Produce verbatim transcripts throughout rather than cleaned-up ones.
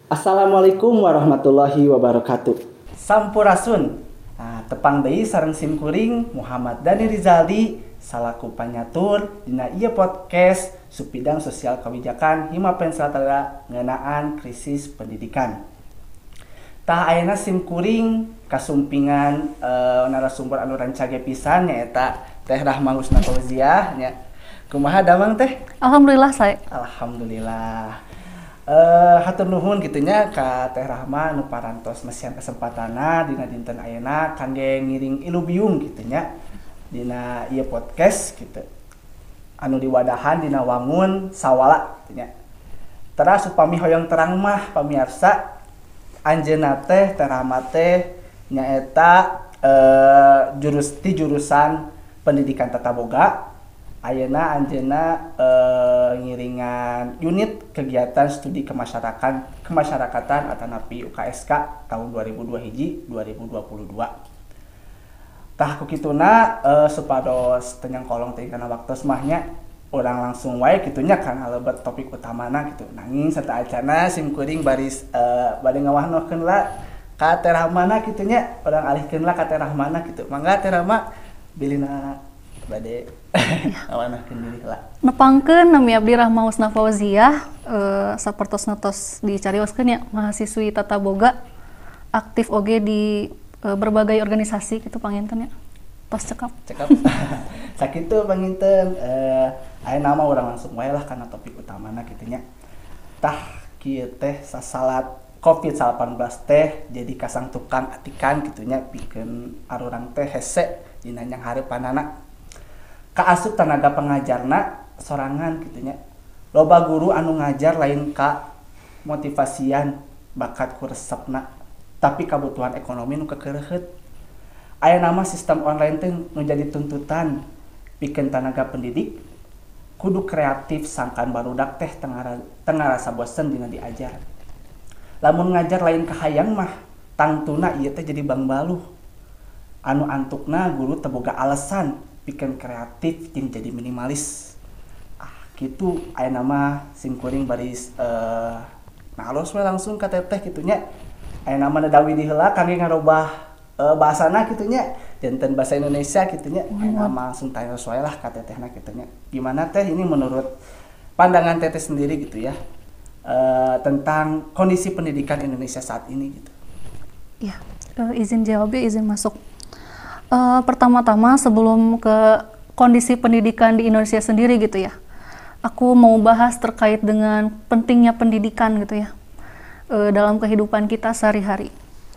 Assalamualaikum warahmatullahi wabarakatuh. Sampurasun. Nah, tepang deui sareng simkuring Muhammad Dani Rizaldi salaku panyatur dina ieu podcast Supidang Sosial Kebijakan Himapen Satara ngeunaan krisis pendidikan. Tah ayeuna simkuring kasumpingan e, narasumber anu rancage pisan nyaeta Teh Rahma Husna Fauziah nya. Kumaha damang Teh? Alhamdulillah saya. Alhamdulillah. Uh, hatur nuhun gitunya ka Teh Rahma nu parantos mesian kesempatanna dina dinten ayeuna kangge ngiring ilubiung gitunya dina ieu podcast gitu anu diwadahan dina wangun sawala gitunya. Teras upami hoyong terang mah pamirsa anjeunna teh Teh Rahma teh nyaeta uh, jurus ti jurusan pendidikan tata boga. Ayeuna anjeunna e, ngiringan unit kegiatan studi kemasyarakatan kemasyarakatan atanapi U K S K tahun dua ribu dua hiji dua ribu dua puluh dua. Tah ku kituna e, supados teu nyangkolong teh kana waktos mah nya urang langsung wae kitunya kana lebet topik utamana gitu. Nanging sarta acana simkuring baris e, bade ngawahnokeun la ka Teh Rahmana kitunya urang alihkeun la ka Teh Rahmana gitu. Mangga Teh Rahma bilina bade awanahkeun diri heula. Nepangkeun nami abdi Rahma Husna Fauziah e, sapertos ngetos dicarioskeun nya mahasiswi tata boga aktif oge di e, berbagai organisasi kitu panginten nya. Tos cekap. Cekap. Sakitu panginten eh ayeuna mah urang langsung wae lah kana topik utamana kitu nya. Tah kieu teh sasalat covid delapan belas teh jadi kasang tukang atikan kitu nya pikeun arurang teh hese dina nyang hareupanana. Kaasup tenaga pengajarna sorangan gitunya. Loba guru anu ngajar lain ka motivasian bakat ku resepna, tapi kabutuhan ekonomi nu kekereuheut. Ayeuna mah sistem online teh nu jadi tuntutan pikeun tenaga pendidik kudu kreatif sangkan barudak teh tengah tengah rasa bosen dina diajar. Lamun ngajar lain kahayang mah tangtuna ieu teh jadi bangbaluh. Anu antukna guru teu boga alesan pikeun kreatif jeung jadi minimalis. Ah, kitu ayeuna mah simkuring baris eh nalos we langsung ka teteh kitu nya. Ayeuna mah nadawi di heula kangge ngarobah eh, bahasana kitu nya, janten bahasa Indonesia kitu nya. Ayeuna mah langsung tanya wae lah ka tetehna kitu nya. Gimana teh ini menurut pandangan teteh sendiri gitu ya. Eh, tentang kondisi pendidikan Indonesia saat ini gitu. Ya, e, izin jawab ya, izin masuk. Uh, pertama-tama sebelum ke kondisi pendidikan di Indonesia sendiri gitu ya, aku mau bahas terkait dengan pentingnya pendidikan gitu ya uh, dalam kehidupan kita sehari-hari.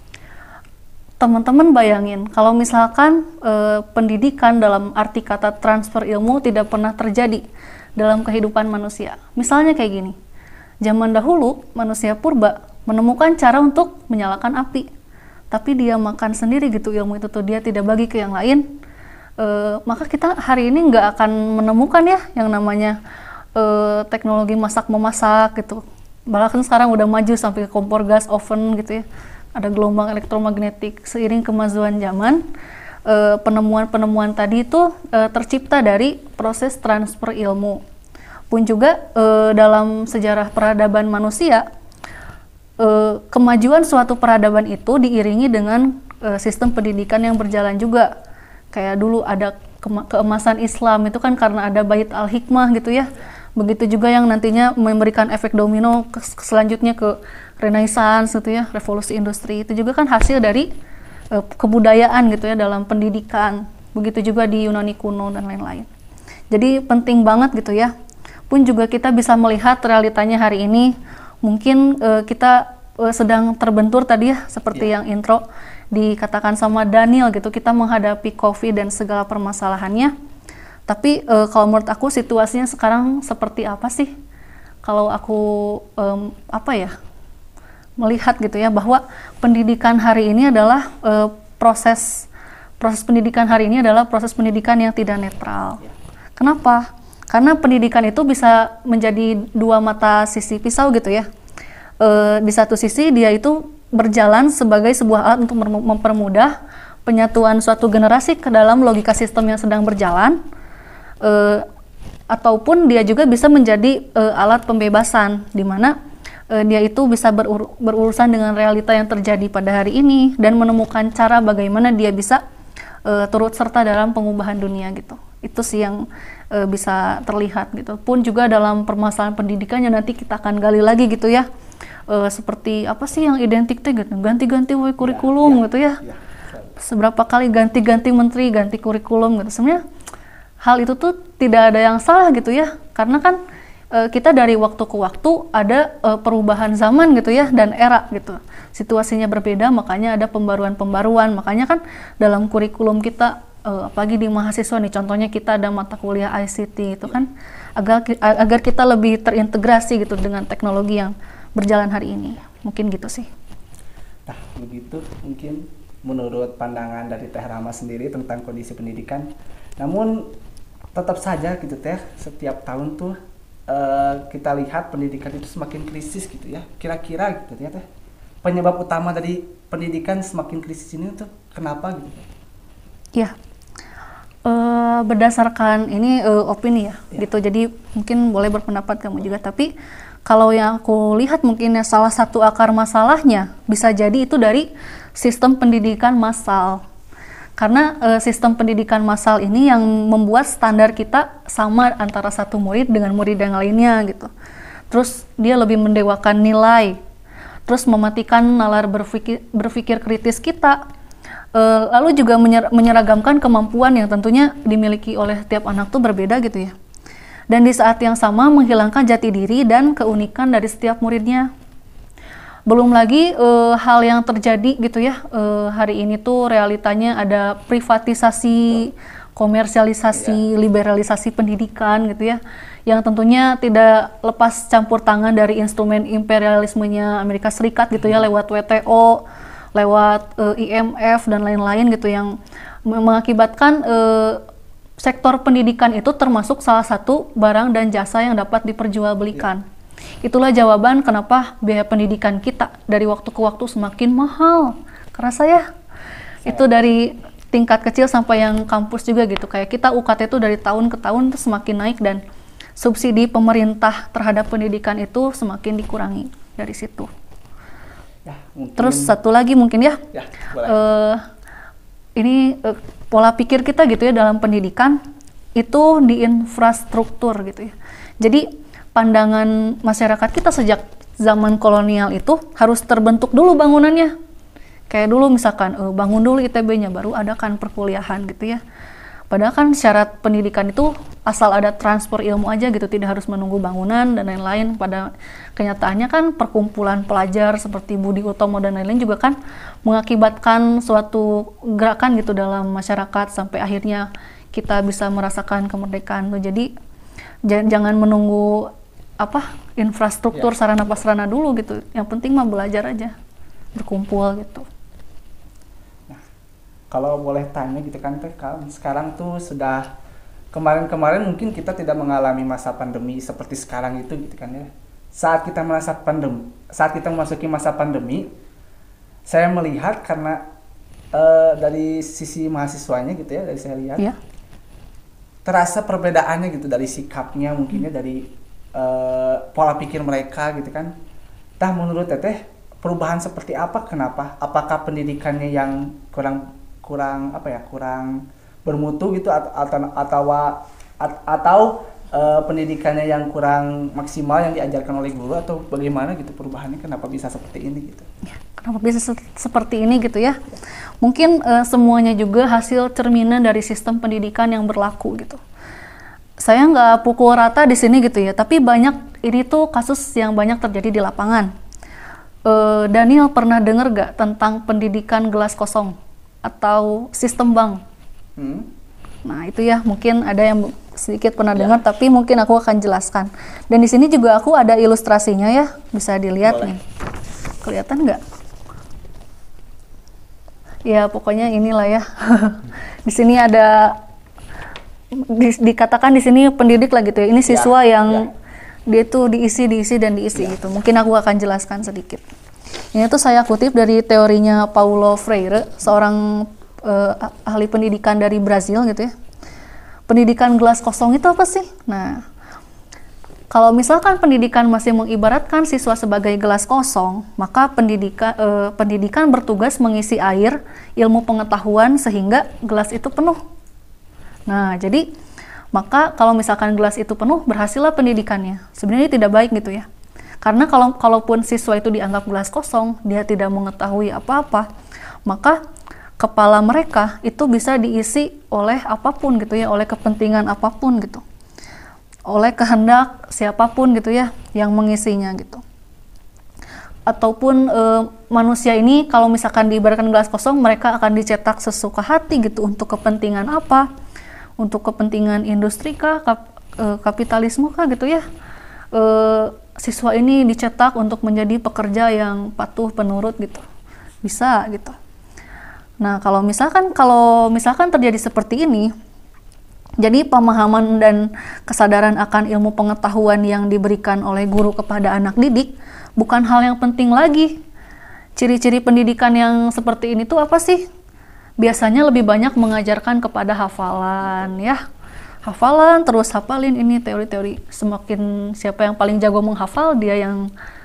Teman-teman bayangin kalau misalkan uh, pendidikan dalam arti kata transfer ilmu tidak pernah terjadi dalam kehidupan manusia. Misalnya kayak gini, zaman dahulu manusia purba menemukan cara untuk menyalakan api, tapi dia makan sendiri gitu ilmu itu tuh, dia tidak bagi ke yang lain, e, maka kita hari ini nggak akan menemukan ya yang namanya e, teknologi masak memasak gitu. Bahkan sekarang udah maju sampai ke kompor gas, oven gitu ya, ada gelombang elektromagnetik. Seiring kemajuan zaman, e, penemuan-penemuan tadi itu e, tercipta dari proses transfer ilmu. Pun juga e, dalam sejarah peradaban manusia, Uh, kemajuan suatu peradaban itu diiringi dengan uh, sistem pendidikan yang berjalan juga. Kayak dulu ada ke- keemasan Islam itu kan karena ada Bait al-Hikmah gitu ya. Begitu juga yang nantinya memberikan efek domino ke- selanjutnya ke Renaissance gitu ya, revolusi industri. Itu juga kan hasil dari uh, kebudayaan gitu ya dalam pendidikan. Begitu juga di Yunani kuno dan lain-lain. Jadi penting banget gitu ya. Pun juga kita bisa melihat realitanya hari ini. Mungkin uh, kita uh, sedang terbentur tadi ya, seperti yeah. yang intro dikatakan sama Daniel gitu, kita menghadapi COVID dan segala permasalahannya. Tapi uh, kalau menurut aku situasinya sekarang seperti apa sih? Kalau aku um, apa ya melihat gitu ya, bahwa pendidikan hari ini adalah uh, proses proses pendidikan hari ini adalah proses pendidikan yang tidak netral. Yeah. Kenapa? Karena pendidikan itu bisa menjadi dua mata sisi pisau gitu ya. E, di satu sisi dia itu berjalan sebagai sebuah alat untuk mempermudah penyatuan suatu generasi ke dalam logika sistem yang sedang berjalan. E, ataupun dia juga bisa menjadi e, alat pembebasan, di mana uh, dia itu bisa berur- berurusan dengan realita yang terjadi pada hari ini dan menemukan cara bagaimana dia bisa uh, turut serta dalam pengubahan dunia gitu. Itu sih yang uh, bisa terlihat gitu. Pun juga dalam permasalahan pendidikannya nanti kita akan gali lagi gitu ya. Uh, seperti apa sih yang identik teh gitu, ganti-ganti we kurikulum ya, ya, gitu ya. ya. Seberapa kali ganti-ganti menteri, ganti kurikulum gitu. Sebenarnya hal itu tuh tidak ada yang salah gitu ya. Karena kan uh, kita dari waktu ke waktu ada uh, perubahan zaman gitu ya dan era gitu. Situasinya berbeda, makanya ada pembaruan-pembaruan. Makanya kan dalam kurikulum kita uh, apalagi di mahasiswa nih, contohnya kita ada mata kuliah I C T itu kan agar agar kita lebih terintegrasi gitu dengan teknologi yang berjalan hari ini. Mungkin gitu sih. Nah, begitu mungkin menurut pandangan dari Teh Rama sendiri tentang kondisi pendidikan. Namun tetap saja gitu Teh, setiap tahun tuh uh, kita lihat pendidikan itu semakin krisis gitu ya. Kira-kira gitu ya Teh, penyebab utama dari pendidikan semakin krisis ini tuh kenapa gitu? Ya, uh, berdasarkan ini uh, opini ya, ya, gitu. Jadi mungkin boleh berpendapat kamu juga, tapi kalau yang aku lihat mungkin ya salah satu akar masalahnya bisa jadi itu dari sistem pendidikan massal. Karena e, sistem pendidikan massal ini yang membuat standar kita sama antara satu murid dengan murid yang lainnya gitu. Terus dia lebih mendewakan nilai. Terus mematikan nalar berpikir, berpikir kritis kita. E, lalu juga menyer, menyeragamkan kemampuan yang tentunya dimiliki oleh tiap anak tuh berbeda gitu ya. Dan di saat yang sama menghilangkan jati diri dan keunikan dari setiap muridnya. Belum lagi e, hal yang terjadi gitu ya, e, hari ini tuh realitanya ada privatisasi, komersialisasi, liberalisasi pendidikan gitu ya, yang tentunya tidak lepas campur tangan dari instrumen imperialismenya Amerika Serikat gitu ya, lewat W T O, lewat e, I M F dan lain-lain gitu, yang mengakibatkan e, sektor pendidikan itu termasuk salah satu barang dan jasa yang dapat diperjualbelikan. Ya. Itulah jawaban kenapa biaya pendidikan kita dari waktu ke waktu semakin mahal. Karena saya, saya itu dari tingkat kecil sampai yang kampus juga gitu. Kayak kita U K T itu dari tahun ke tahun itu semakin naik dan subsidi pemerintah terhadap pendidikan itu semakin dikurangi dari situ. Ya, mungkin... Terus satu lagi mungkin ya, ya uh, ini uh, pola pikir kita gitu ya dalam pendidikan itu di infrastruktur gitu ya. Jadi pandangan masyarakat kita sejak zaman kolonial itu harus terbentuk dulu bangunannya. Kayak dulu misalkan uh, bangun dulu I T B-nya baru ada kan perkuliahan gitu ya. Padahal kan syarat pendidikan itu asal ada transfer ilmu aja gitu, tidak harus menunggu bangunan dan lain-lain. Pada kenyataannya kan perkumpulan pelajar seperti Budi Utomo dan lain-lain juga kan mengakibatkan suatu gerakan gitu dalam masyarakat sampai akhirnya kita bisa merasakan kemerdekaan. Jadi jangan menunggu apa infrastruktur ya, sarana prasarana dulu gitu. Yang penting mah belajar aja, berkumpul gitu. Nah, kalau boleh tanya gitu kan Teh, sekarang tuh sudah kemarin-kemarin mungkin kita tidak mengalami masa pandemi seperti sekarang itu gitu kan ya. Saat kita merasa pandemi, saat kita memasuki masa pandemi, saya melihat karena uh, dari sisi mahasiswanya gitu ya, dari saya lihat ya, terasa perbedaannya gitu dari sikapnya mungkinnya hmm. dari uh, pola pikir mereka gitu kan. Nah, menurut Teteh perubahan seperti apa? Kenapa? Apakah pendidikannya yang kurang kurang apa ya kurang bermutu gitu atau atau atau, atau uh, pendidikannya yang kurang maksimal yang diajarkan oleh guru atau bagaimana gitu perubahannya? Kenapa bisa seperti ini gitu? Ya, kenapa bisa se- seperti ini gitu ya? Mungkin uh, semuanya juga hasil cerminan dari sistem pendidikan yang berlaku gitu. Saya nggak pukul rata di sini gitu ya, tapi banyak ini tuh kasus yang banyak terjadi di lapangan. Uh, Daniel pernah dengar gak tentang pendidikan gelas kosong atau sistem bank? Hmm. Nah itu ya mungkin ada yang sedikit pernah ya. dengar, tapi mungkin aku akan jelaskan. Dan di sini juga aku ada ilustrasinya ya, bisa dilihat. Boleh. Nih. Kelihatan nggak? Ya pokoknya inilah ya. Di sini ada di, dikatakan di sini pendidik lah gitu ya. Ini siswa ya, yang ya. dia tuh diisi diisi dan diisi ya. gitu. Mungkin aku akan jelaskan sedikit. Ini tuh saya kutip dari teorinya Paulo Freire, seorang uh, ahli pendidikan dari Brazil gitu ya. Pendidikan gelas kosong itu apa sih? Nah, Kalau misalkan pendidikan masih mengibaratkan siswa sebagai gelas kosong, maka pendidikan eh, pendidikan bertugas mengisi air, ilmu pengetahuan sehingga gelas itu penuh. Nah, jadi maka kalau misalkan gelas itu penuh, berhasillah pendidikannya. Sebenarnya tidak baik gitu ya. Karena kalau kalaupun siswa itu dianggap gelas kosong, dia tidak mengetahui apa-apa, maka kepala mereka itu bisa diisi oleh apapun gitu ya, oleh kepentingan apapun gitu. Oleh kehendak siapapun gitu ya yang mengisinya gitu. Ataupun e, manusia ini kalau misalkan diibaratkan gelas kosong, mereka akan dicetak sesuka hati gitu untuk kepentingan apa? Untuk kepentingan industri kah, kap, e, kapitalisme kah gitu ya. E, siswa ini dicetak untuk menjadi pekerja yang patuh penurut gitu. Bisa gitu. Nah, kalau misalkan kalau misalkan terjadi seperti ini, jadi pemahaman dan kesadaran akan ilmu pengetahuan yang diberikan oleh guru kepada anak didik bukan hal yang penting lagi. Ciri-ciri pendidikan yang seperti ini tuh apa sih? Biasanya lebih banyak mengajarkan kepada hafalan ya. Hafalan, terus hafalin ini teori-teori. Semakin siapa yang paling jago menghafal, dia yang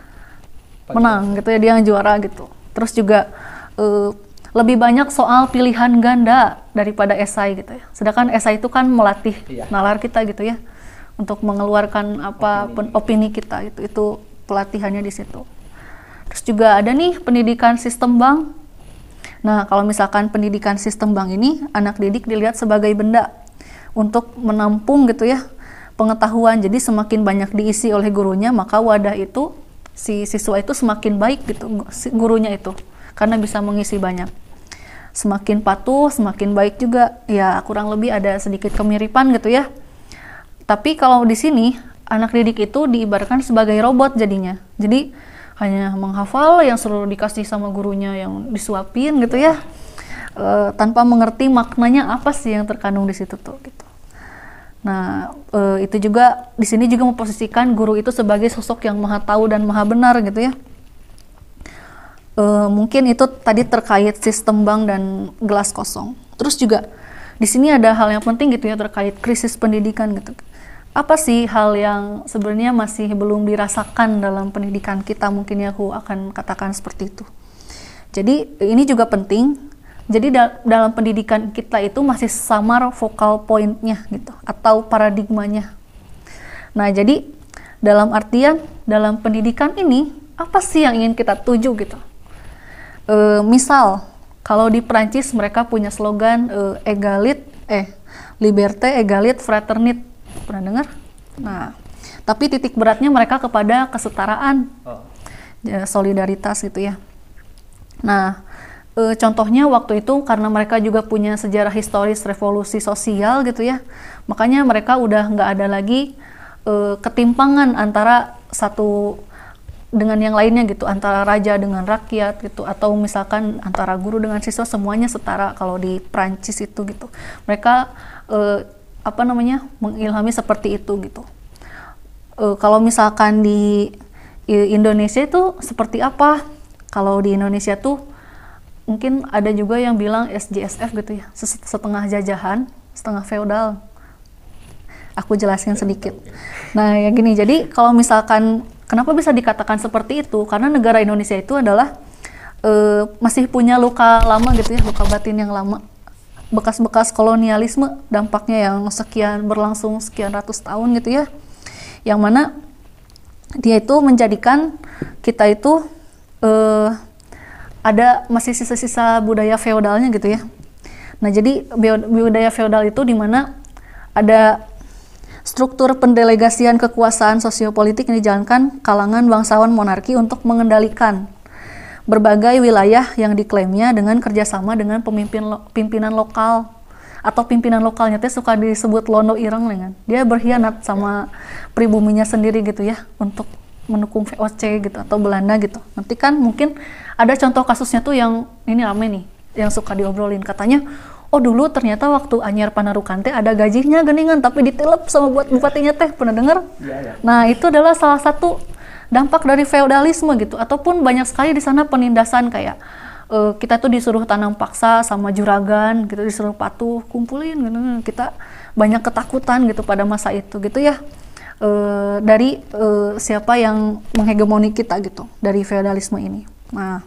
menang gitu ya, dia yang juara gitu. Terus juga uh, lebih banyak soal pilihan ganda daripada esai gitu ya. Sedangkan esai itu kan melatih iya. nalar kita gitu ya, untuk mengeluarkan apa opini, opini kita itu itu pelatihannya di situ. Terus juga ada nih pendidikan sistem bank. Nah, kalau misalkan pendidikan sistem bank ini, anak didik dilihat sebagai benda untuk menampung gitu ya pengetahuan. Jadi semakin banyak diisi oleh gurunya, maka wadah itu si siswa itu semakin baik gitu, si gurunya itu, karena bisa mengisi banyak. Semakin patuh, semakin baik juga. Ya, kurang lebih ada sedikit kemiripan gitu ya. Tapi kalau di sini, anak didik itu diibaratkan sebagai robot jadinya. Jadi, hanya menghafal yang selalu dikasih sama gurunya, yang disuapin gitu ya. E, tanpa mengerti maknanya apa sih yang terkandung di situ tuh gitu. Nah, e, itu juga di sini juga memposisikan guru itu sebagai sosok yang maha tahu dan maha benar gitu ya. Uh, mungkin itu tadi terkait sistem bank dan gelas kosong. Terus juga di sini ada hal yang penting gitu ya terkait krisis pendidikan gitu. Apa sih hal yang sebenarnya masih belum dirasakan dalam pendidikan kita, mungkin ya aku akan katakan seperti itu. Jadi ini juga penting. Jadi da- dalam pendidikan kita itu masih samar focal point-nya gitu atau paradigmanya. Nah, jadi dalam artian dalam pendidikan ini apa sih yang ingin kita tuju gitu? E, misal kalau di Prancis mereka punya slogan e, egalit eh liberté égalité fraternité, pernah dengar? Nah, tapi titik beratnya mereka kepada kesetaraan, oh. ya, solidaritas gitu ya. Nah, e, contohnya waktu itu karena mereka juga punya sejarah historis revolusi sosial gitu ya, makanya mereka udah nggak ada lagi e, ketimpangan antara satu dengan yang lainnya gitu, antara raja dengan rakyat gitu, atau misalkan antara guru dengan siswa, semuanya setara kalau di Prancis itu gitu. Mereka eh, apa namanya mengilhami seperti itu gitu. Eh, kalau misalkan di Indonesia itu seperti apa? Kalau di Indonesia tuh mungkin ada juga yang bilang S J S F gitu ya, setengah jajahan, setengah feodal. Aku jelaskan sedikit. Nah, ya gini, jadi kalau misalkan kenapa bisa dikatakan seperti itu? Karena negara Indonesia itu adalah e, masih punya luka lama gitu ya, luka batin yang lama. Bekas-bekas kolonialisme, dampaknya yang sekian berlangsung sekian ratus tahun gitu ya. Yang mana dia itu menjadikan kita itu e, ada masih sisa-sisa budaya feodalnya gitu ya. Nah, jadi budaya feodal itu di mana ada struktur pendelegasian kekuasaan sosiopolitik yang dijalankan kalangan bangsawan monarki untuk mengendalikan berbagai wilayah yang diklaimnya dengan kerjasama dengan pemimpin lo, pimpinan lokal atau pimpinan lokalnya teh suka disebut londo ireng dengan dia berkhianat sama pribuminya sendiri gitu ya untuk mendukung V O C gitu atau Belanda gitu. Nanti kan mungkin ada contoh kasusnya tuh yang ini rame nih yang suka diobrolin, katanya oh dulu ternyata waktu Anyar Panarukan teh ada gajinya geningan tapi ditilep sama buat bupatinya teh, pernah dengar? Ya, ya. Nah, itu adalah salah satu dampak dari feodalisme gitu. Ataupun banyak sekali di sana penindasan kayak uh, kita tuh disuruh tanam paksa sama juragan gitu, disuruh patuh kumpulin gitu. Kita banyak ketakutan gitu pada masa itu gitu ya. uh, dari uh, siapa yang menghegemoni kita gitu, dari feodalisme ini. Nah,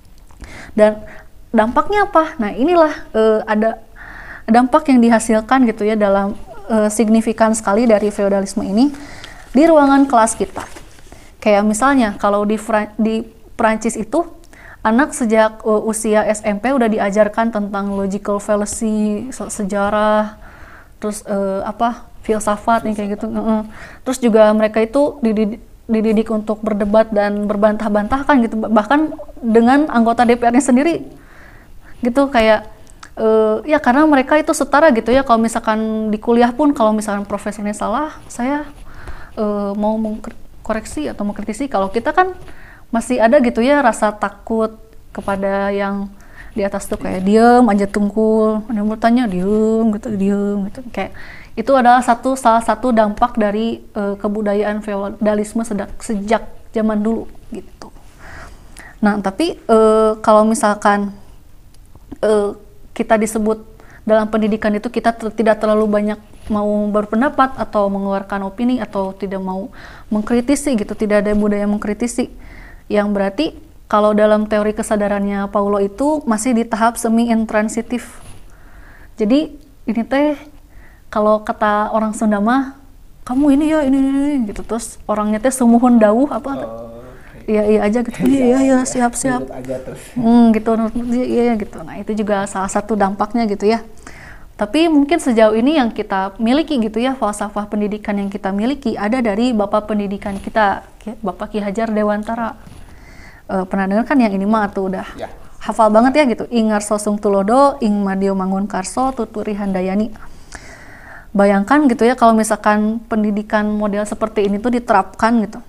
dan dampaknya apa? Nah, inilah uh, ada dampak yang dihasilkan gitu ya dalam uh, signifikan sekali dari feodalisme ini di ruangan kelas kita. Kayak misalnya kalau di Fran- di Prancis itu anak sejak uh, usia S M P udah diajarkan tentang logical fallacy, sejarah, terus uh, apa filsafat nih kayak gitu. Uh-uh. Terus juga mereka itu dididik, dididik untuk berdebat dan berbantah-bantahkan gitu, bahkan dengan anggota D P R-nya sendiri gitu, kayak uh, ya karena mereka itu setara gitu ya. Kalau misalkan di kuliah pun kalau misalkan profesornya salah, saya uh, mau mengkoreksi atau mengkritisi. Kalau kita kan masih ada gitu ya rasa takut kepada yang di atas tuh, kayak diem aja tungkul, ada yang bertanya diem gitu, diem gitu. Kayak itu adalah satu salah satu dampak dari uh, kebudayaan feodalisme sejak, sejak zaman dulu gitu. Nah, tapi uh, kalau misalkan uh, kita disebut dalam pendidikan itu kita ter- tidak terlalu banyak mau berpendapat atau mengeluarkan opini atau tidak mau mengkritisi gitu, tidak ada budaya mengkritisi, yang berarti kalau dalam teori kesadarannya Paulo itu masih di tahap semi intransitif. Jadi ini teh kalau kata orang Sunda mah, kamu ini ya ini ini, ini gitu, terus orangnya teh sumuhun dawuh apa? Oh, okay. Iya iya aja gitu, iya iya siap siap. Hmm, gitu, iya gitu. Nah itu juga salah satu dampaknya gitu ya. Tapi mungkin sejauh ini yang kita miliki gitu ya, falsafah pendidikan yang kita miliki ada dari bapak pendidikan kita, Bapak Ki Hajar Dewantara. Uh, pernah dengar kan yang ini mah tuh udah ya. Hafal banget ya gitu. Ingar Sosung Tulodo, Ing Madio Mangun Karso, Tuturi Handayani. Bayangkan gitu ya kalau misalkan pendidikan model seperti ini tuh diterapkan gitu.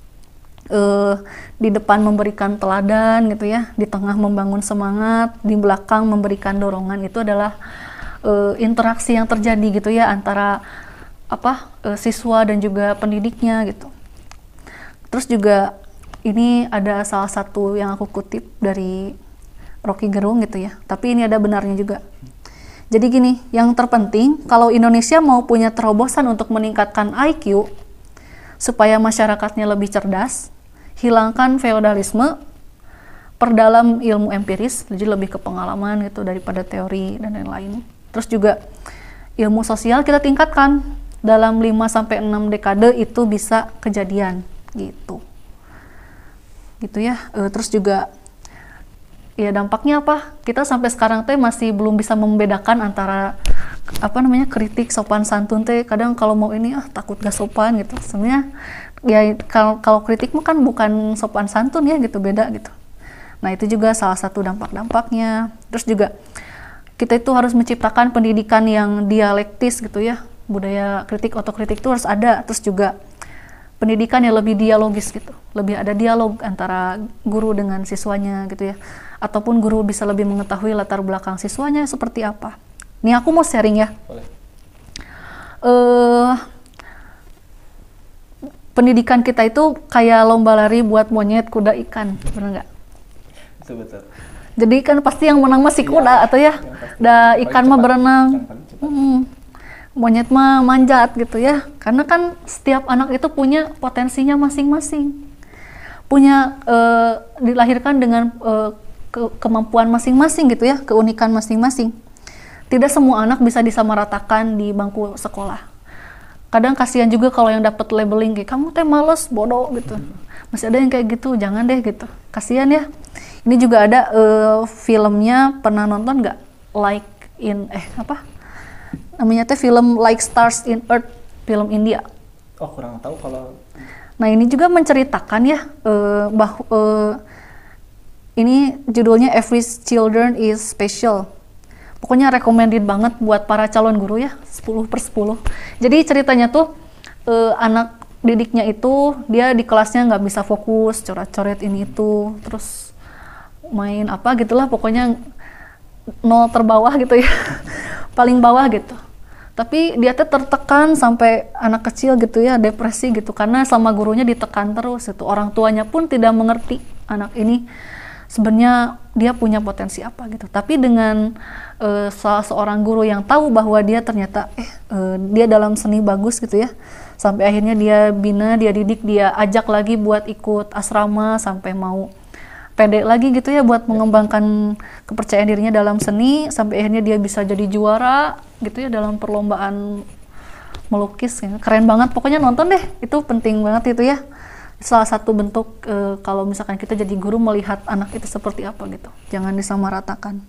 Uh, di depan memberikan teladan gitu ya, di tengah membangun semangat, di belakang memberikan dorongan, itu adalah uh, interaksi yang terjadi gitu ya antara apa uh, siswa dan juga pendidiknya gitu. Terus juga ini ada salah satu yang aku kutip dari Rocky Gerung gitu ya, tapi ini ada benarnya juga. Jadi gini, yang terpenting kalau Indonesia mau punya terobosan untuk meningkatkan I Q supaya masyarakatnya lebih cerdas, hilangkan feodalisme, perdalam ilmu empiris, jadi lebih ke pengalaman gitu daripada teori dan lain-lain. Terus juga ilmu sosial kita tingkatkan, dalam lima sampai enam dekade itu bisa kejadian gitu. Gitu ya. E, terus juga ya dampaknya apa? Kita sampai sekarang teh masih belum bisa membedakan antara apa namanya kritik sopan santun teh. Kadang kalau mau ini ah takut gak sopan gitu. Sebenarnya ya kalau kalau kritik mah kan bukan sopan santun ya gitu, beda gitu. Nah, itu juga salah satu dampak-dampaknya. Terus juga kita itu harus menciptakan pendidikan yang dialektis gitu ya. Budaya kritik otokritik itu harus ada. Terus juga pendidikan yang lebih dialogis gitu, lebih ada dialog antara guru dengan siswanya gitu ya, ataupun guru bisa lebih mengetahui latar belakang siswanya seperti apa. Nih aku mau sharing ya. Boleh. Uh, pendidikan kita itu kayak lomba lari buat monyet, kuda, ikan, benar nggak? Betul betul. Jadi kan pasti yang menang masih kuda ya, atau ya, da ikan mah berenang. Monyet mah manjat gitu ya, karena kan setiap anak itu punya potensinya masing-masing, punya uh, dilahirkan dengan uh, ke kemampuan masing-masing gitu ya, keunikan masing-masing. Tidak semua anak bisa disamaratakan di bangku sekolah. Kadang kasihan juga kalau yang dapat labeling kayak kamu teh males, bodoh gitu. Masih ada yang kayak gitu, jangan deh gitu, kasihan ya. Ini juga ada uh, filmnya, pernah nonton nggak? Like in eh apa? Namanya teh film Like Stars in Earth, film India. Oh, kurang tahu kalau. Nah, ini juga menceritakan ya uh, bah uh, ini judulnya Every Children is Special. Pokoknya recommended banget buat para calon guru ya, sepuluh per sepuluh. Jadi ceritanya tuh uh, anak didiknya itu dia di kelasnya nggak bisa fokus, coret-coret ini itu, terus main apa gitulah, pokoknya nol terbawah gitu ya, paling bawah gitu. Tapi dia tuh tertekan sampai anak kecil gitu ya, depresi gitu, karena sama gurunya ditekan terus itu. Orang tuanya pun tidak mengerti anak ini sebenarnya dia punya potensi apa gitu. Tapi dengan uh, salah seorang guru yang tahu bahwa dia ternyata eh uh, dia dalam seni bagus gitu ya, sampai akhirnya dia bina, dia didik, dia ajak lagi buat ikut asrama sampai mau pede lagi gitu ya buat mengembangkan kepercayaan dirinya dalam seni sampai akhirnya dia bisa jadi juara gitu ya dalam perlombaan melukis ya. Keren banget pokoknya, nonton deh, itu penting banget itu ya, salah satu bentuk e, kalau misalkan kita jadi guru melihat anak itu seperti apa gitu, jangan disamaratakan.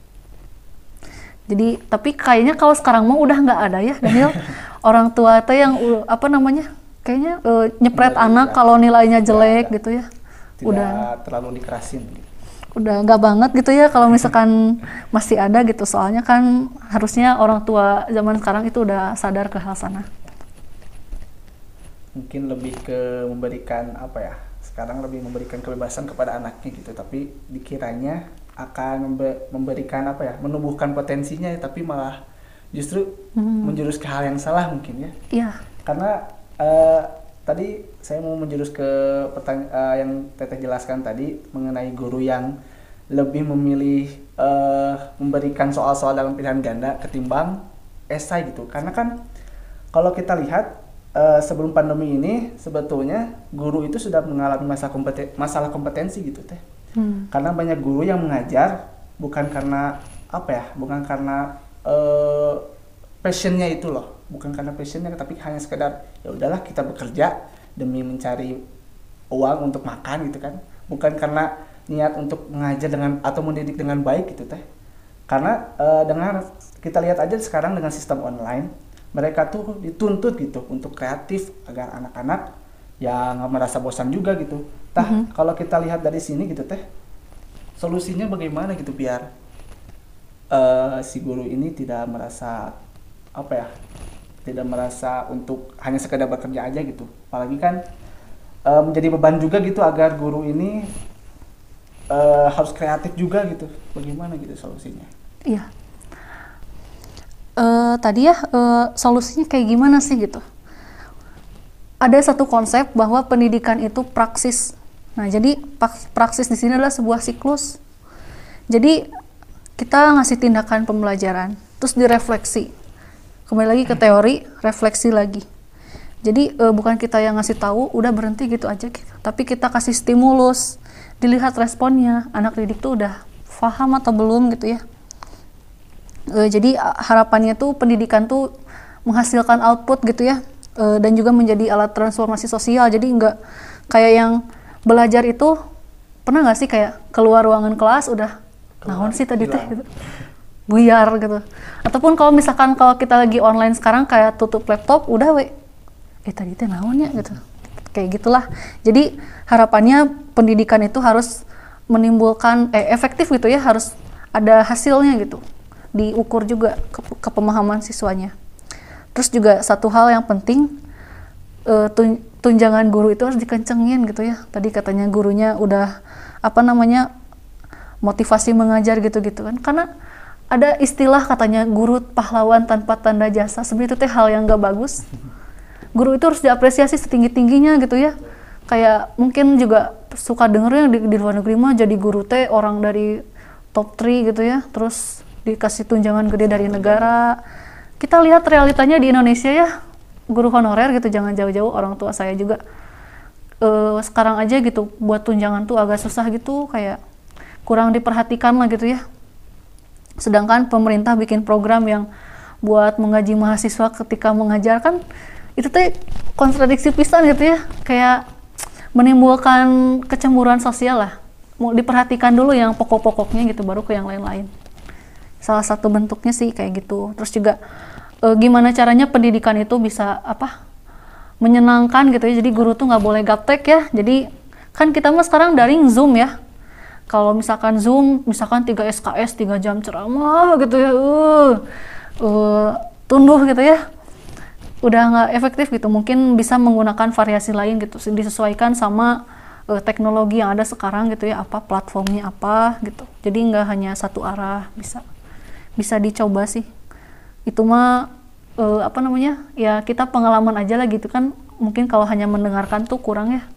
Jadi tapi kayaknya kalau sekarang mah udah nggak ada ya Daniel, orang tua tuh yang uh, apa namanya kayaknya uh, nyepret Udah, anak udah. kalau nilainya jelek Udah, gitu ya, Tidak udah terlalu dikerasin gitu. udah nggak banget gitu ya kalau misalkan masih ada gitu, soalnya kan harusnya orang tua zaman sekarang itu udah sadar ke hal sana. Mungkin lebih ke memberikan apa ya, sekarang lebih memberikan kebebasan kepada anaknya gitu, tapi dikiranya akan membe- memberikan apa ya, menumbuhkan potensinya, tapi malah justru Hmm. menjurus ke hal yang salah mungkin ya. Iya. Karena eh, tadi saya mau menjurus ke pertanyaan eh, yang Teteh jelaskan tadi mengenai guru yang lebih memilih eh, memberikan soal-soal dalam pilihan ganda ketimbang esai gitu. Karena kan kalau kita lihat eh, sebelum pandemi ini sebetulnya guru itu sudah mengalami masalah kompeten- masalah kompetensi gitu Teh. Hmm. Karena banyak guru yang mengajar bukan karena apa ya, bukan karena uh, passionnya itu loh, bukan karena passionnya, tapi hanya sekedar ya udahlah kita bekerja demi mencari uang untuk makan gitu kan, bukan karena niat untuk mengajar dengan atau mendidik dengan baik gitu Teh. Karena uh, dengan kita lihat aja sekarang dengan sistem online, mereka tuh dituntut gitu untuk kreatif agar anak-anak ya nggak merasa bosan juga gitu. Tah, mm-hmm. Kalau kita lihat dari sini gitu Teh, solusinya bagaimana gitu biar uh, si guru ini tidak merasa apa ya, tidak merasa untuk hanya sekedar bekerja aja gitu. Apalagi kan uh, menjadi beban juga gitu agar guru ini uh, harus kreatif juga gitu. Bagaimana gitu solusinya? Iya. Uh, tadi ya uh, solusinya kayak gimana sih gitu? Ada satu konsep bahwa pendidikan itu praksis. Nah, jadi praksis di sini adalah sebuah siklus. Jadi kita ngasih tindakan pembelajaran, terus direfleksi. Kembali lagi ke teori, refleksi lagi. Jadi e, bukan kita yang ngasih tahu, udah berhenti gitu aja. Tapi kita kasih stimulus, dilihat responnya, anak didik tuh udah paham atau belum gitu ya. E, jadi harapannya tuh pendidikan tuh menghasilkan output gitu ya. E, dan juga menjadi alat transformasi sosial. Jadi nggak kayak yang belajar itu, pernah nggak sih kayak keluar ruangan kelas udah naon sih tadi teh gitu, buyar gitu. Ataupun kalau misalkan kalau kita lagi online sekarang kayak tutup laptop udah we, eh tadi teh naonnya gitu, kayak gitulah. Jadi harapannya pendidikan itu harus menimbulkan eh efektif gitu ya, harus ada hasilnya gitu, diukur juga ke, ke pemahaman siswanya. Terus juga satu hal yang penting, uh, tun- tunjangan guru itu harus dikencengin gitu ya. Tadi katanya gurunya udah apa namanya motivasi mengajar gitu-gitu kan. Karena ada istilah katanya guru pahlawan tanpa tanda jasa. Sebenarnya itu teh hal yang gak bagus. Guru itu harus diapresiasi setinggi-tingginya gitu ya. Kayak mungkin juga suka dengernya di, di luar negeri mah jadi guru teh orang dari top tiga gitu ya. Terus dikasih tunjangan gede dari negara. Kita lihat realitanya di Indonesia ya, guru honorer gitu, jangan jauh-jauh, orang tua saya juga e, sekarang aja gitu buat tunjangan tuh agak susah gitu, kayak kurang diperhatikan lah gitu ya. Sedangkan pemerintah bikin program yang buat menggaji mahasiswa ketika mengajar kan itu tuh kontradiksi pisan gitu ya, kayak menimbulkan kecemburuan sosial lah. Mau diperhatikan dulu yang pokok-pokoknya gitu, baru ke yang lain-lain. Salah satu bentuknya sih kayak gitu. Terus juga e, gimana caranya pendidikan itu bisa apa menyenangkan gitu ya. Jadi guru tuh nggak boleh gaptek ya. Jadi kan kita mah sekarang daring Zoom ya. Kalau misalkan Zoom, misalkan tiga S K S, tiga jam ceramah gitu ya, uh, uh, tunduh gitu ya, udah nggak efektif gitu. Mungkin bisa menggunakan variasi lain gitu, disesuaikan sama uh, teknologi yang ada sekarang gitu ya, apa platformnya apa gitu. Jadi nggak hanya satu arah, bisa bisa dicoba sih. Itu mah uh, apa namanya ya, kita pengalaman aja lah gitu kan. Mungkin kalau hanya mendengarkan tuh kurang ya.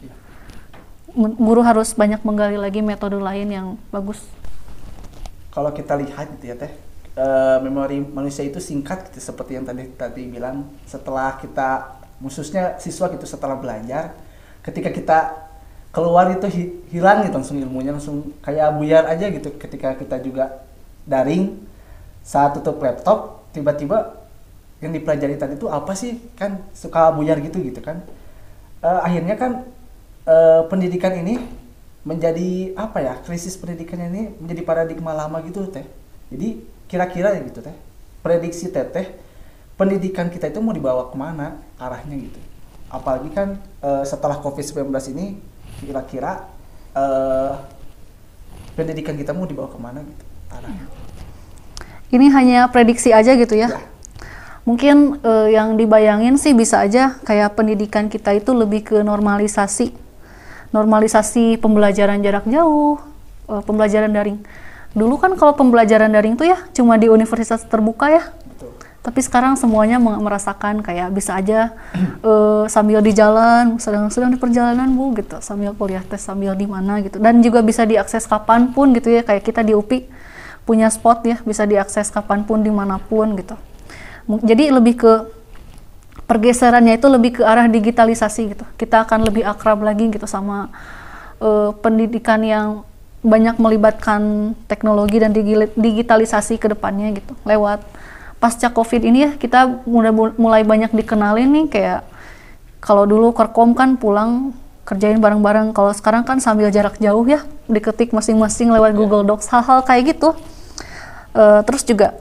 Guru harus banyak menggali lagi metode lain yang bagus. Kalau kita lihat gitu ya teh, e, memori manusia itu singkat gitu, seperti yang tadi tadi bilang. Setelah kita khususnya siswa gitu setelah belajar, ketika kita keluar itu hi- hilang gitu langsung ilmunya, langsung kayak buyar aja gitu. Ketika kita juga daring, saat tutup laptop tiba-tiba yang dipelajari tadi itu apa sih, kan suka buyar gitu gitu kan. Eh, akhirnya kan eh, pendidikan ini menjadi apa ya, krisis pendidikan ini menjadi paradigma lama gitu teh. Jadi kira-kira gitu teh, prediksi teteh pendidikan kita itu mau dibawa kemana arahnya gitu. Apalagi kan eh, setelah covid sembilan belas ini kira-kira eh, pendidikan kita mau dibawa kemana gitu arahnya. Ini hanya prediksi aja gitu ya. Ya. Mungkin eh, yang dibayangin sih bisa aja kayak pendidikan kita itu lebih ke normalisasi. Normalisasi pembelajaran jarak jauh, eh, pembelajaran daring. Dulu kan kalau pembelajaran daring tuh ya cuma di universitas terbuka ya. Betul. Tapi sekarang semuanya merasakan kayak bisa aja uh, sambil di jalan, sedang sedang di perjalanan bu gitu, sambil kuliah tes sambil di mana gitu, dan juga bisa diakses kapanpun gitu ya, kayak kita di U P I punya spot ya, bisa diakses kapanpun dimanapun gitu. Jadi lebih ke pergeserannya itu lebih ke arah digitalisasi gitu. Kita akan lebih akrab lagi gitu sama uh, pendidikan yang banyak melibatkan teknologi dan digitalisasi ke depannya gitu. Lewat pasca Covid ini ya, kita mulai mulai banyak dikenalin nih, kayak kalau dulu Korkom kan pulang kerjain bareng-bareng, kalau sekarang kan sambil jarak jauh ya, diketik masing-masing lewat Google Docs, hal-hal kayak gitu. Uh, terus juga,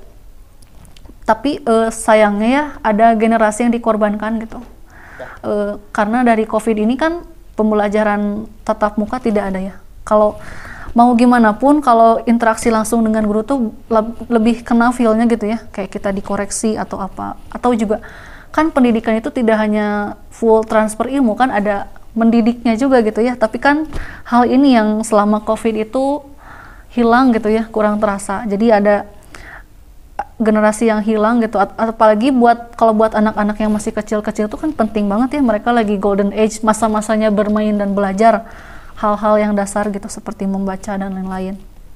tapi uh, sayangnya ya ada generasi yang dikorbankan gitu. Uh, karena dari Covid ini kan pembelajaran tatap muka tidak ada ya. Kalau mau gimana pun, kalau interaksi langsung dengan guru tuh le- lebih kena feel-nya gitu ya, kayak kita dikoreksi atau apa. Atau juga kan pendidikan itu tidak hanya full transfer ilmu, kan ada mendidiknya juga gitu ya. Tapi kan hal ini yang selama Covid itu hilang gitu ya, kurang terasa. Jadi ada generasi yang hilang gitu. Apalagi buat kalau buat anak-anak yang masih kecil-kecil itu kan penting banget ya, mereka lagi golden age, masa-masanya bermain dan belajar hal-hal yang dasar gitu seperti membaca dan lain-lain.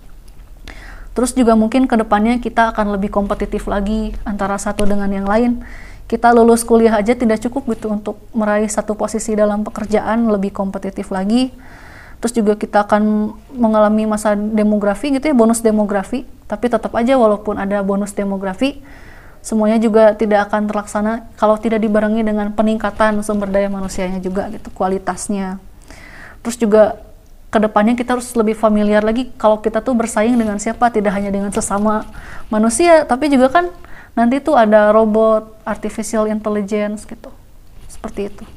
Terus juga mungkin kedepannya kita akan lebih kompetitif lagi antara satu dengan yang lain. Kita lulus kuliah aja tidak cukup gitu untuk meraih satu posisi dalam pekerjaan, lebih kompetitif lagi. Terus juga kita akan mengalami masa demografi gitu ya, bonus demografi. Tapi tetap aja walaupun ada bonus demografi, semuanya juga tidak akan terlaksana kalau tidak dibarengi dengan peningkatan sumber daya manusianya juga gitu, kualitasnya. Terus juga kedepannya kita harus lebih familiar lagi kalau kita tuh bersaing dengan siapa, tidak hanya dengan sesama manusia, tapi juga kan nanti tuh ada robot, artificial intelligence gitu, seperti itu.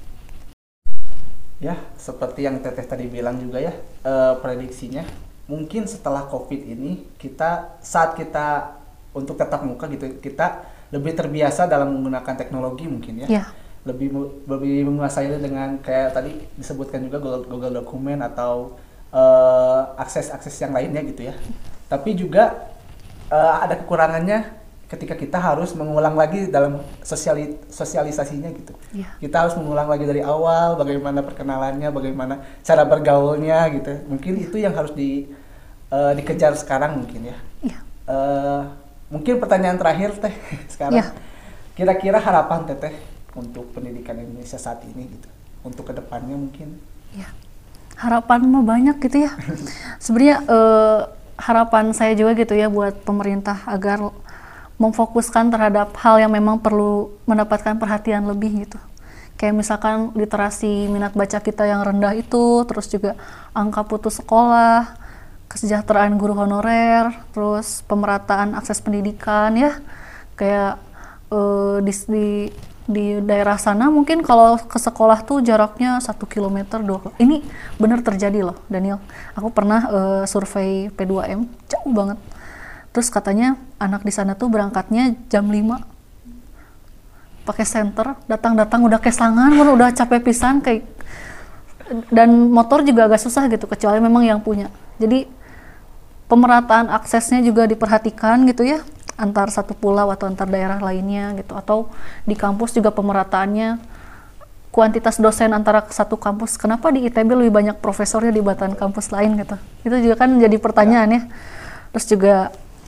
Ya, seperti yang Teteh tadi bilang juga ya, eh, prediksinya mungkin setelah Covid ini kita saat kita untuk tatap muka gitu, kita lebih terbiasa dalam menggunakan teknologi mungkin ya. Ya. lebih lebih menguasai dengan kayak tadi disebutkan juga Google, Google Dokumen atau uh, akses-akses yang lainnya gitu ya. Tapi juga uh, ada kekurangannya ketika kita harus mengulang lagi dalam sosiali, sosialisasinya gitu. Ya. Kita harus mengulang lagi dari awal, bagaimana perkenalannya, bagaimana cara bergaulnya gitu. Mungkin itu yang harus di uh, dikejar sekarang mungkin ya. Ya. Uh, mungkin pertanyaan terakhir Teh sekarang. Ya. Kira-kira harapan Teteh untuk pendidikan Indonesia saat ini gitu, untuk kedepannya mungkin? Ya, harapan mah banyak gitu ya. Sebenarnya eh, harapan saya juga gitu ya buat pemerintah agar memfokuskan terhadap hal yang memang perlu mendapatkan perhatian lebih gitu. Kayak misalkan literasi minat baca kita yang rendah itu, terus juga angka putus sekolah, kesejahteraan guru honorer, terus pemerataan akses pendidikan ya, kayak eh, di, di di daerah sana mungkin kalau ke sekolah tuh jaraknya satu kilometer dua. Ini benar terjadi loh Daniel. Aku pernah uh, survei P dua M, jauh banget. Terus katanya anak di sana tuh berangkatnya jam lima. Pakai senter, datang-datang udah kesangan, udah capek pisan kayak, dan motor juga agak susah gitu kecuali memang yang punya. Jadi pemerataan aksesnya juga diperhatikan gitu ya, antar satu pulau atau antar daerah lainnya gitu, atau di kampus juga pemerataannya, kuantitas dosen antara satu kampus. Kenapa di I T B lebih banyak profesornya dibanding kampus lain gitu? Itu juga kan jadi pertanyaan ya. Terus juga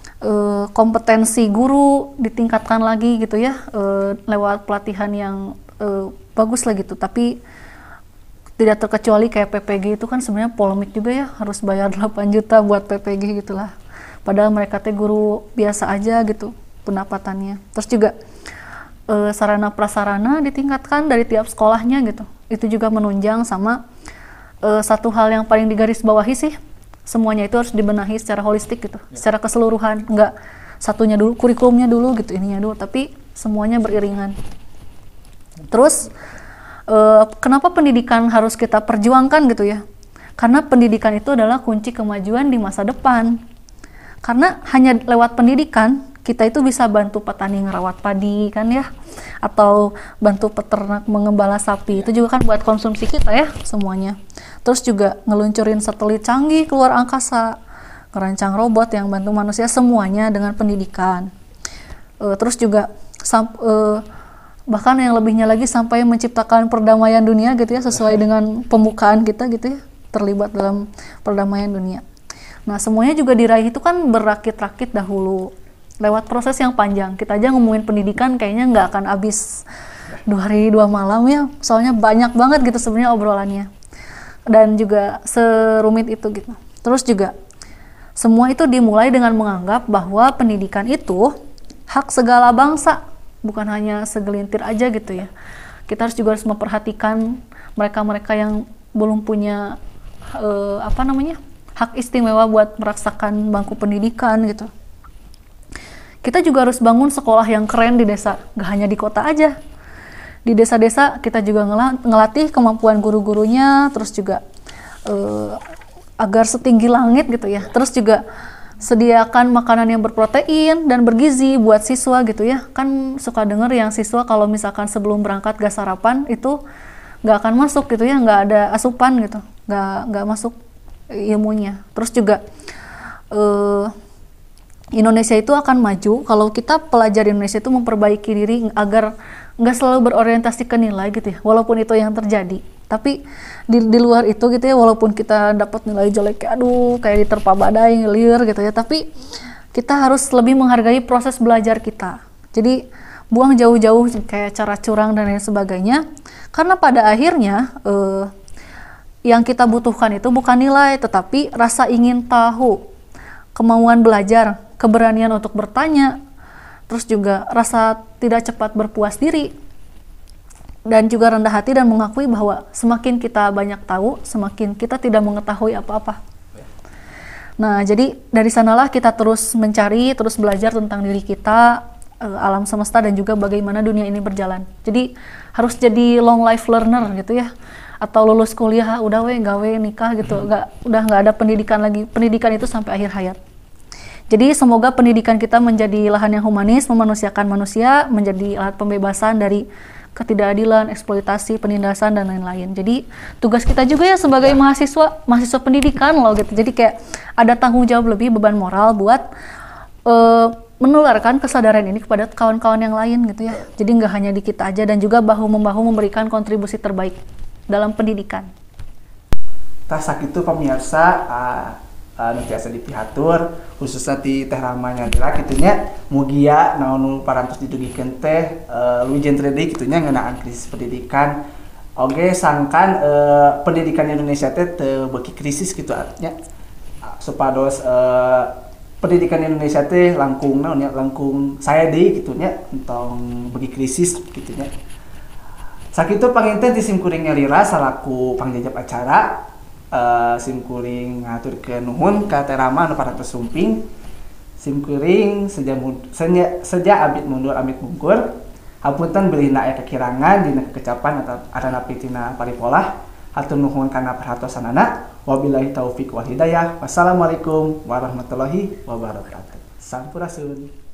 eh, kompetensi guru ditingkatkan lagi gitu ya, eh, lewat pelatihan yang uh, bagus lah gitu. Tapi tidak terkecuali kayak P P G itu kan sebenarnya polemik juga ya, harus bayar delapan juta buat P P G gitulah. Padahal mereka teh guru biasa aja gitu pendapatannya. Terus juga e, sarana prasarana ditingkatkan dari tiap sekolahnya gitu. Itu juga menunjang sama e, satu hal yang paling digarisbawahi sih, semuanya itu harus dibenahi secara holistik gitu, ya. Secara keseluruhan, enggak satunya dulu, kurikulumnya dulu gitu, ininya dulu, tapi semuanya beriringan. Terus Uh, kenapa pendidikan harus kita perjuangkan gitu ya? Karena pendidikan itu adalah kunci kemajuan di masa depan. Karena hanya lewat pendidikan kita itu bisa bantu petani ngerawat padi kan ya, atau bantu peternak mengembala sapi. Itu juga kan buat konsumsi kita ya semuanya. Terus juga ngeluncurin satelit canggih keluar angkasa, ngerancang robot yang bantu manusia, semuanya dengan pendidikan. Uh, terus juga sam- uh, bahkan yang lebihnya lagi sampai menciptakan perdamaian dunia gitu ya, sesuai dengan pembukaan kita gitu ya, terlibat dalam perdamaian dunia. Nah semuanya juga diraih itu kan berakit-rakit dahulu lewat proses yang panjang. Kita aja ngomongin pendidikan kayaknya nggak akan habis dua hari dua malam ya, soalnya banyak banget gitu sebenarnya obrolannya, dan juga serumit itu gitu. Terus juga semua itu dimulai dengan menganggap bahwa pendidikan itu hak segala bangsa, bukan hanya segelintir aja gitu ya. Kita harus juga harus memperhatikan mereka-mereka yang belum punya uh, apa namanya hak istimewa buat merasakan bangku pendidikan gitu. Kita juga harus bangun sekolah yang keren di desa, gak hanya di kota aja. Di desa-desa kita juga ngelatih kemampuan guru-gurunya, terus juga uh, agar setinggi langit gitu ya. Terus juga sediakan makanan yang berprotein dan bergizi buat siswa gitu ya. Kan suka denger yang siswa kalau misalkan sebelum berangkat gak sarapan itu gak akan masuk gitu ya, gak ada asupan gitu, gak, gak masuk ilmunya. Terus juga uh, Indonesia itu akan maju kalau kita pelajar Indonesia itu memperbaiki diri agar gak selalu berorientasi ke nilai gitu ya, walaupun itu yang terjadi. Tapi di, di luar itu gitu ya, walaupun kita dapat nilai jelek, kayak aduh kayak diterpa badai, ngelir gitu ya, tapi kita harus lebih menghargai proses belajar kita. Jadi buang jauh-jauh kayak cara curang dan lain sebagainya, karena pada akhirnya eh, yang kita butuhkan itu bukan nilai, tetapi rasa ingin tahu, kemauan belajar, keberanian untuk bertanya, terus juga rasa tidak cepat berpuas diri, dan juga rendah hati dan mengakui bahwa semakin kita banyak tahu, semakin kita tidak mengetahui apa-apa. Nah, jadi dari sanalah kita terus mencari, terus belajar tentang diri kita, alam semesta, dan juga bagaimana dunia ini berjalan. Jadi harus jadi long life learner gitu ya, atau lulus kuliah udah we gawe nikah gitu, nggak, udah nggak ada pendidikan lagi. Pendidikan itu sampai akhir hayat. Jadi semoga pendidikan kita menjadi lahan yang humanis, memanusiakan manusia, menjadi alat pembebasan dari ketidakadilan, eksploitasi, penindasan, dan lain-lain. Jadi tugas kita juga ya sebagai mahasiswa, mahasiswa pendidikan loh gitu. Jadi kayak ada tanggung jawab lebih, beban moral buat uh, menularkan kesadaran ini kepada kawan-kawan yang lain gitu ya. Jadi nggak hanya di kita aja, dan juga bahu-membahu memberikan kontribusi terbaik dalam pendidikan. Tah sakitu pemirsa, uh... Uh, nu biasa dipihatur khususnya di teh ramanya dira kitunya mugia naon parantos didugikeun teh uh, lujen trade kitunya ngeunaan krisis pendidikan. Oge sangkan uh, pendidikan Indonesia teh teu beuki krisis kitu artinya uh, supados uh, pendidikan Indonesia teh langkung naon nya langkung saya deui kitunya entong beuki krisis kitunya. Sakitu panginten ti simkuring nyalira salaku pangjajab acara. Uh, simkuring ngaturkeun nuhun ka Teh Rama anu parantos sumping. Simkuring seja seja, seja abit mundur amit bungkur. Hapunten beulina aya kekirangan dina kecapan atau arana pitina paripolah. Hatur nuhun kana perhatosanana. Wabillahi taufik wal hidayah. Wassalamualaikum warahmatullahi wabarakatuh. Sampurasun.